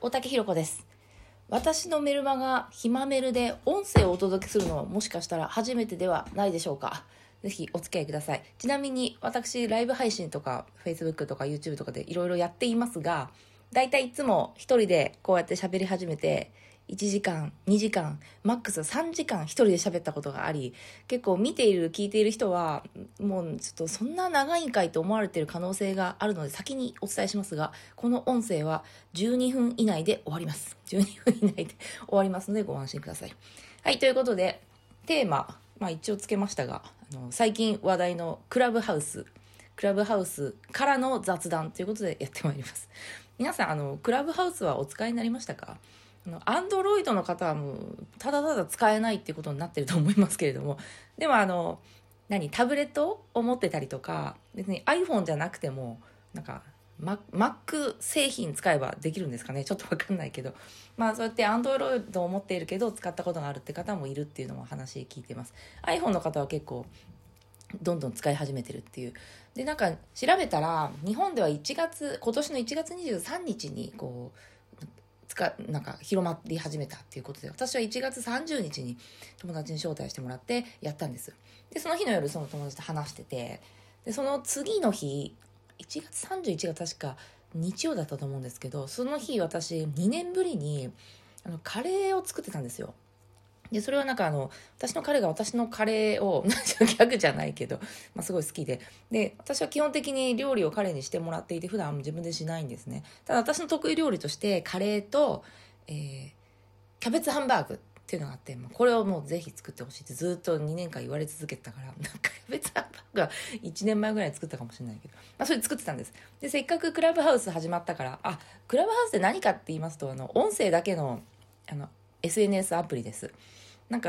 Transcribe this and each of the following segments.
大竹ひろ子です。私のメルマガ暇メルで音声をお届けするのはもしかしたら初めてではないでしょうか。ぜひお付き合いください。ちなみに私ライブ配信とか Facebook とか YouTube とかでいろいろやっていますが、だいたいいつも一人でこうやって喋り始めて1時間、2時間、マックス3時間一人で喋ったことがあり、結構見ている、聞いている人は、もうちょっとそんな長いんかいと思われている可能性があるので先にお伝えしますが、この音声は12分以内で終わります。12分以内で終わりますのでご安心ください。はい、ということで、テーマ、一応つけましたが、最近話題のクラブハウスからの雑談ということでやってまいります。皆さん、クラブハウスはお使いになりましたか？Android の方はもうただただ使えないっていうことになってると思いますけれども、でもタブレットを持ってたりとか、別に iPhone じゃなくてもMac 製品使えばできるんですかね、ちょっとわかんないけど、そうやって Android を持っているけど使ったことがあるって方もいるっていうのも話聞いてます。 iPhone の方は結構どんどん使い始めてるっていう。で調べたら日本では今年の1月23日に広まり始めたっていうことで、私は1月30日に友達に招待してもらってやったんです。でその日の夜その友達と話してて、でその次の日1月31日が確か日曜だったと思うんですけど、その日私2年ぶりにカレーを作ってたんですよ。でそれは私の彼が私のカレーをギャグじゃないけど、すごい好きで、私は基本的に料理を彼にしてもらっていて、普段自分でしないんですね。ただ私の得意料理としてカレーと、キャベツハンバーグっていうのがあって、これをもうぜひ作ってほしいってずっと2年間言われ続けてたから、キャベツハンバーグは1年前ぐらいに作ったかもしれないけど、それ作ってたんです。でせっかくクラブハウス始まったから、クラブハウスって何かって言いますと、音声だけのSNS アプリです。部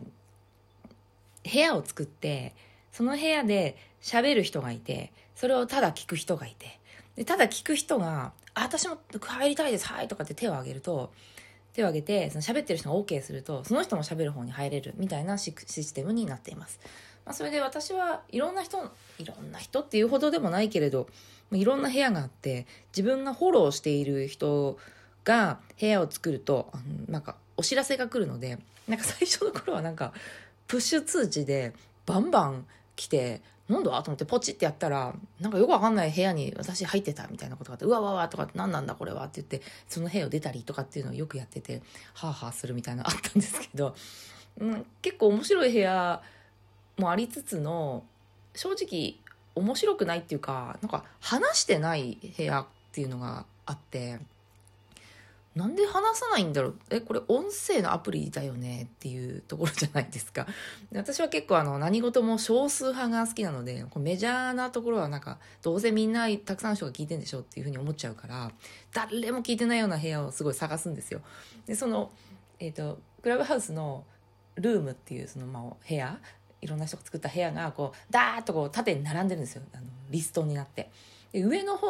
屋を作って、その部屋で喋る人がいて、それをただ聞く人がいて、でただ聞く人が私も入りたいです、はいとかって手を挙げてその喋ってる人が OK すると、その人も喋る方に入れるみたいなシステムになっています。それで私はいろんな人っていうほどでもないけれど、いろんな部屋があって、自分がフォローしている人が部屋を作るとお知らせが来るので、最初の頃はプッシュ通知でバンバン来て、なんだと思ってポチってやったら、よくわかんない部屋に私入ってたみたいなことがあって、うわわわとか、なんなんだこれはって言って、その部屋を出たりとかっていうのをよくやってて、はぁはぁするみたいなのあったんですけど、結構面白い部屋もありつつの、正直面白くないっていうか、話してない部屋っていうのがあって、なんで話さないんだろう、これ音声のアプリだよねっていうところじゃないですか。で私は結構何事も少数派が好きなので、メジャーなところはどうせみんなたくさんの人が聞いてんでしょっていうふうに思っちゃうから、誰も聞いてないような部屋をすごい探すんですよ。でクラブハウスのルームっていう部屋、いろんな人が作った部屋がダーッと縦に並んでるんですよ。リストになって。で上の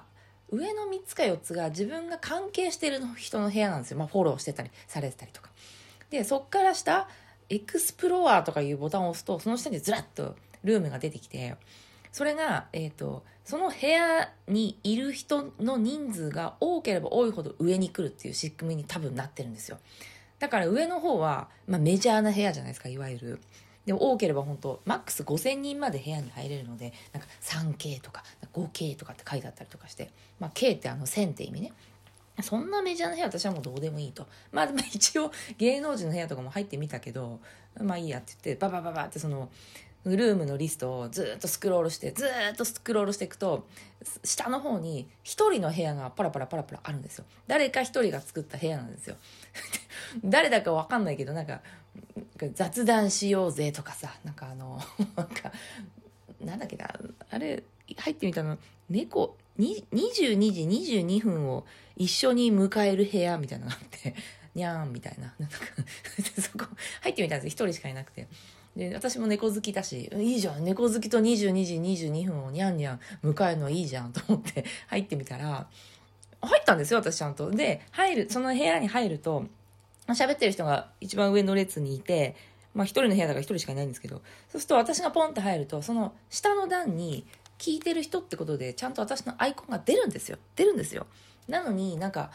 3つか4つが自分が関係している人の部屋なんですよ。フォローしてたりされてたりとかで、そっから下エクスプローラーとかいうボタンを押すと、その下にずらっとルームが出てきて、それがその部屋にいる人の人数が多ければ多いほど上に来るっていう仕組みに多分なってるんですよ。だから上の方は、メジャーな部屋じゃないですか、いわゆる。でも多ければ本当マックス5000人まで部屋に入れるので、3K とか 5K とかって書いてあったりとかして、K って1000って意味ね。そんなメジャーな部屋私はもうどうでもいいと。でも一応芸能人の部屋とかも入ってみたけど、いいやって言ってババババってそのルームのリストをずっとスクロールしていくと、下の方に一人の部屋がパラパラあるんですよ。誰か一人が作った部屋なんですよ。誰だかわかんないけど、雑談しようぜとかさ、なんだっけな、あれ入ってみたの、22時22分を一緒に迎える部屋みたいなのがあって、にゃーんみたいな、そこ入ってみたんですよ。一人しかいなくて。で私も猫好きだし、いいじゃん、猫好きと22時22分をにゃんにゃん迎えるのいいじゃんと思って入ってみたら、入ったんですよ、私ちゃんと。でその部屋に入ると、喋ってる人が一番上の列にいて、一人の部屋だから一人しかいないんですけど、そうすると私がポンって入ると、その下の段に聞いてる人ってことでちゃんと私のアイコンが出るんですよ。なのに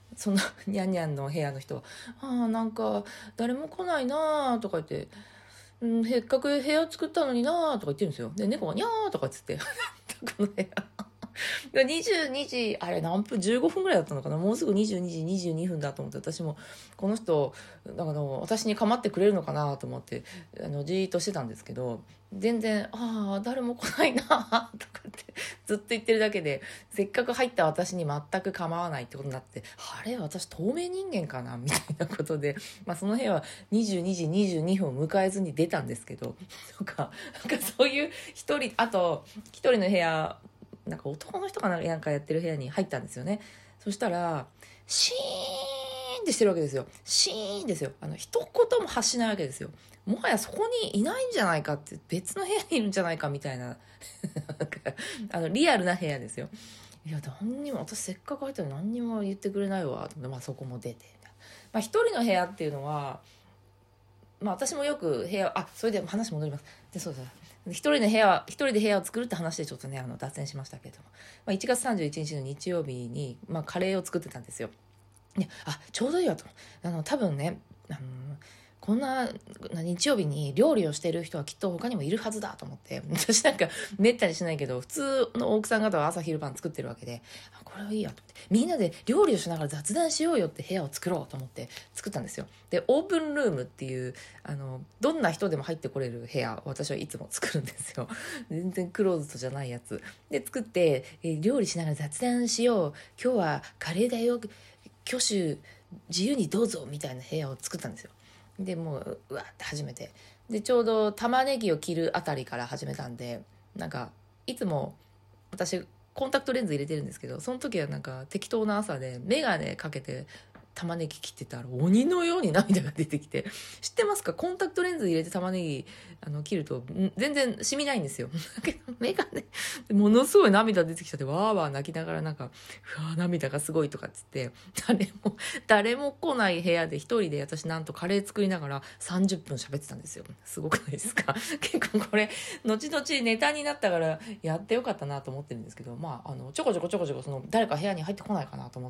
そのニャンニャンの部屋の人は、なんか誰も来ないなとか言って、せっかく部屋作ったのになとか言ってるんですよ。で、猫がニャーとか言って、この部屋。22時、あれ何分 ?15 分ぐらいだったのかな、もうすぐ22時22分だと思って、私も、この人、私に構ってくれるのかなと思って、じーっとしてたんですけど、全然、誰も来ないなとかってずっと言ってるだけで、せっかく入った私に全く構わないってことになって、あれ私透明人間かなみたいなことで、その日は22時22分を迎えずに出たんですけど、なんかそういう一人の部屋、なんか男の人がなんかやってる部屋に入ったんですよね。そしたら、シーンってしてるわけですよ。シーンですよ。一言も発しないわけですよ。もはやそこにいないんじゃないかって、別の部屋にいるんじゃないかみたいな、リアルな部屋ですよ。いや、何にも、私せっかく入ったのに何にも言ってくれないわ、と思って、そこも出て。一人の部屋っていうのは、私もよく部屋、それで話戻ります。で、そう一人で部屋を作るって話でちょっとね、脱線しましたけれども。1月31日の日曜日に、カレーを作ってたんですよ。ね、ちょうどいいわと。多分ね、こんな日曜日に料理をしている人はきっと他にもいるはずだと思って、私なんかめったにしないけど、普通の奥さん方は朝昼晩作ってるわけで、これはいいやと思って、みんなで料理をしながら雑談しようよって部屋を作ろうと思って作ったんですよ。で、オープンルームっていう、どんな人でも入ってこれる部屋を私はいつも作るんですよ。全然クローズドじゃないやつ。で、作って、料理しながら雑談しよう。今日はカレーだよ。挙手自由にどうぞみたいな部屋を作ったんですよ。でもうわって始めて、でちょうど玉ねぎを切るあたりから始めたんで、なんかいつも私コンタクトレンズ入れてるんですけど、その時はなんか適当な朝で眼鏡かけて玉ねぎ切ってたら鬼のように涙が出てきて、知ってますか？コンタクトレンズ入れて玉ねぎ切ると全然染みないんですよ。だけど目がね、ものすごい涙出てきちゃって、わーわー泣きながらなんか、涙がすごいとかっつって、誰も来ない部屋で一人で私なんとカレー作りながら30分喋ってたんですよ。すごくないですか？結構これ後々ネタになったからやってよかったなと思ってるんですけど、ちょこちょこその誰か部屋に入ってこないかなと思って、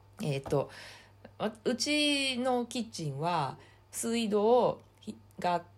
うちのキッチンは水道があって、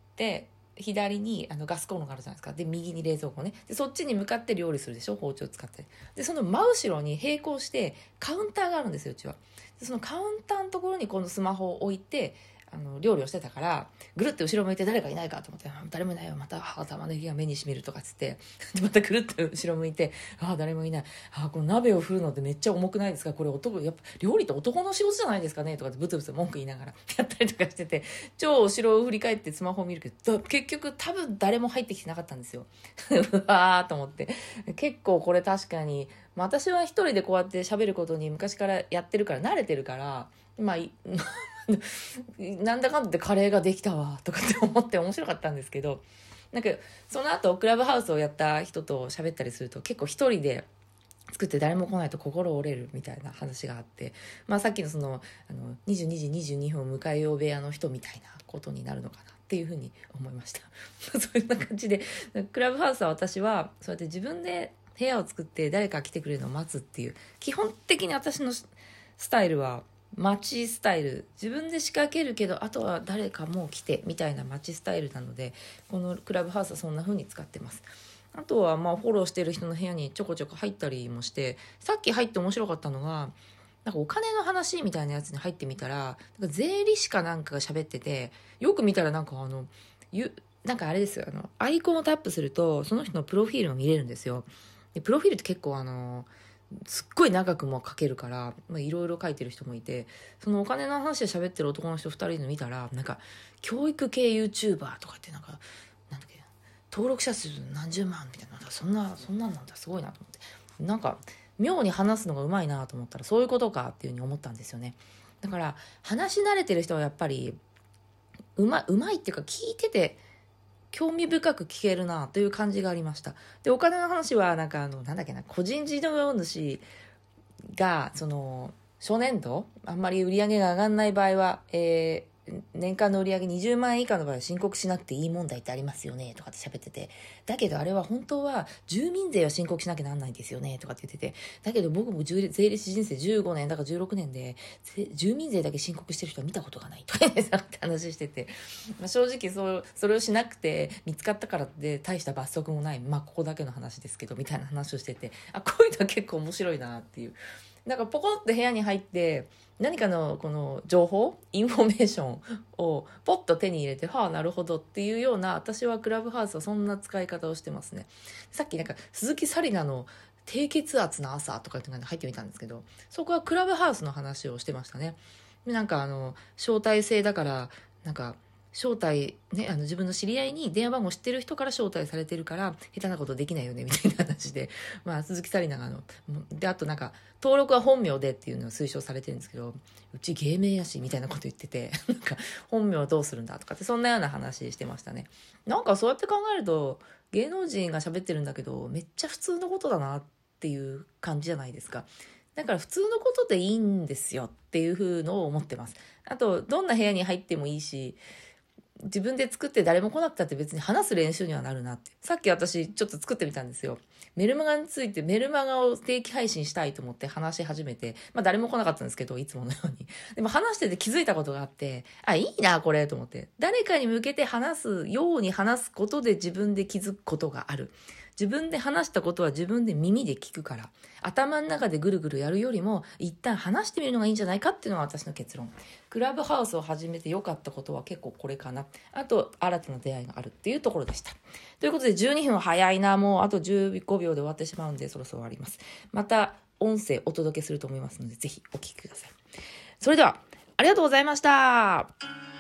左にガスコンロがあるじゃないですか。で、右に冷蔵庫ね。で、そっちに向かって料理するでしょ、包丁使って。で、その真後ろに並行してカウンターがあるんですよ、うちは。で、そのカウンターのところにこのスマホを置いて、料理をしてたから、ぐるって後ろ向いて誰かいないかと思って、誰もいないよ、また玉ねぎが目にしみるとかつって、でまたぐるって後ろ向いて、誰もいない、この鍋を振るのってめっちゃ重くないですか、これやっぱ料理って男の仕事じゃないですかねとかってブツブツ文句言いながらやったりとかしてて、超後ろを振り返ってスマホを見るけど、結局多分誰も入ってきてなかったんですよ。うわーと思って、結構これ確かに、私は一人でこうやって喋ることに昔からやってるから慣れてるから、なんだかんだでカレーができたわとかって思って面白かったんですけど、なんかその後クラブハウスをやった人と喋ったりすると、結構一人で作って誰も来ないと心折れるみたいな話があって、さっきの22時22分を迎えよう部屋の人みたいなことになるのかなっていうふうに思いました。そういう感じで、クラブハウスは私はそうやって自分で部屋を作って誰か来てくれるのを待つっていう、基本的に私のスタイルは待ちスタイル、自分で仕掛けるけどあとは誰かもう来てみたいな待ちスタイルなので、このクラブハウスはそんな風に使ってます。あとはフォローしてる人の部屋にちょこちょこ入ったりもして、さっき入って面白かったのが、なんかお金の話みたいなやつに入ってみたら、なんか税理士かなんかが喋ってて、よく見たらなんかなんかあれですよ、アイコンをタップするとその人のプロフィールを見れるんですよ。でプロフィールって結構すっごい長くも書けるから、いろいろ書いてる人もいて、そのお金の話で喋ってる男の人2人の見たら、なんか教育系 YouTuber とかってなんだっけ、登録者数何十万みたいな、そんなんなんだ、すごいなと思って、なんか妙に話すのがうまいなと思ったら、そういうことかっていうふうに思ったんですよね。だから話し慣れてる人はやっぱりうまいっていうか、聞いてて興味深く聞けるなという感じがありました。で、お金の話はなんかなんだっけな、個人事業主が初年度あんまり売り上げが上がんない場合は、 年間の売り上げ20万円以下の場合は申告しなくていい問題ってありますよねとかって喋ってて、だけどあれは本当は住民税は申告しなきゃなんないんですよねとかって言ってて、だけど僕も税理士人生15年だから16年で住民税だけ申告してる人は見たことがないとかって話してて、正直それをしなくて見つかったからって大した罰則もない、ここだけの話ですけどみたいな話をしてて、こういうのは結構面白いなっていう。なんかポコって部屋に入って何かのこの情報インフォメーションをポッと手に入れて、なるほどっていうような、私はクラブハウスはそんな使い方をしてますね。さっきなんか鈴木紗理奈の低血圧の朝とかってのが入ってみたんですけど、そこはクラブハウスの話をしてましたね。なんか招待制だからなんか招待ね、自分の知り合いに電話番号知ってる人から招待されてるから下手なことできないよねみたいな話で、鈴木紗理奈がで、あとなんか登録は本名でっていうのを推奨されてるんですけど、うち芸名やしみたいなこと言ってて、なんか本名はどうするんだとかって、そんなような話してましたね。なんかそうやって考えると芸能人が喋ってるんだけどめっちゃ普通のことだなっていう感じじゃないですか。だから普通のことでいいんですよっていう風のを思ってます。あとどんな部屋に入ってもいいし、自分で作って誰も来なくたって別に話す練習にはなるなって。さっき私ちょっと作ってみたんですよ。メルマガについてメルマガを定期配信したいと思って話し始めて、誰も来なかったんですけど、いつものように。でも話してて気づいたことがあって、いいなこれと思って。誰かに向けて話すように話すことで自分で気づくことがある。自分で話したことは自分で耳で聞くから、頭の中でぐるぐるやるよりも一旦話してみるのがいいんじゃないかっていうのが私の結論。クラブハウスを始めて良かったことは結構これかな。あと新たな出会いがあるっていうところでした。ということで12分早いな。もうあと15秒で終わってしまうんでそろそろ終わります。また音声お届けすると思いますのでぜひお聞きください。それではありがとうございました。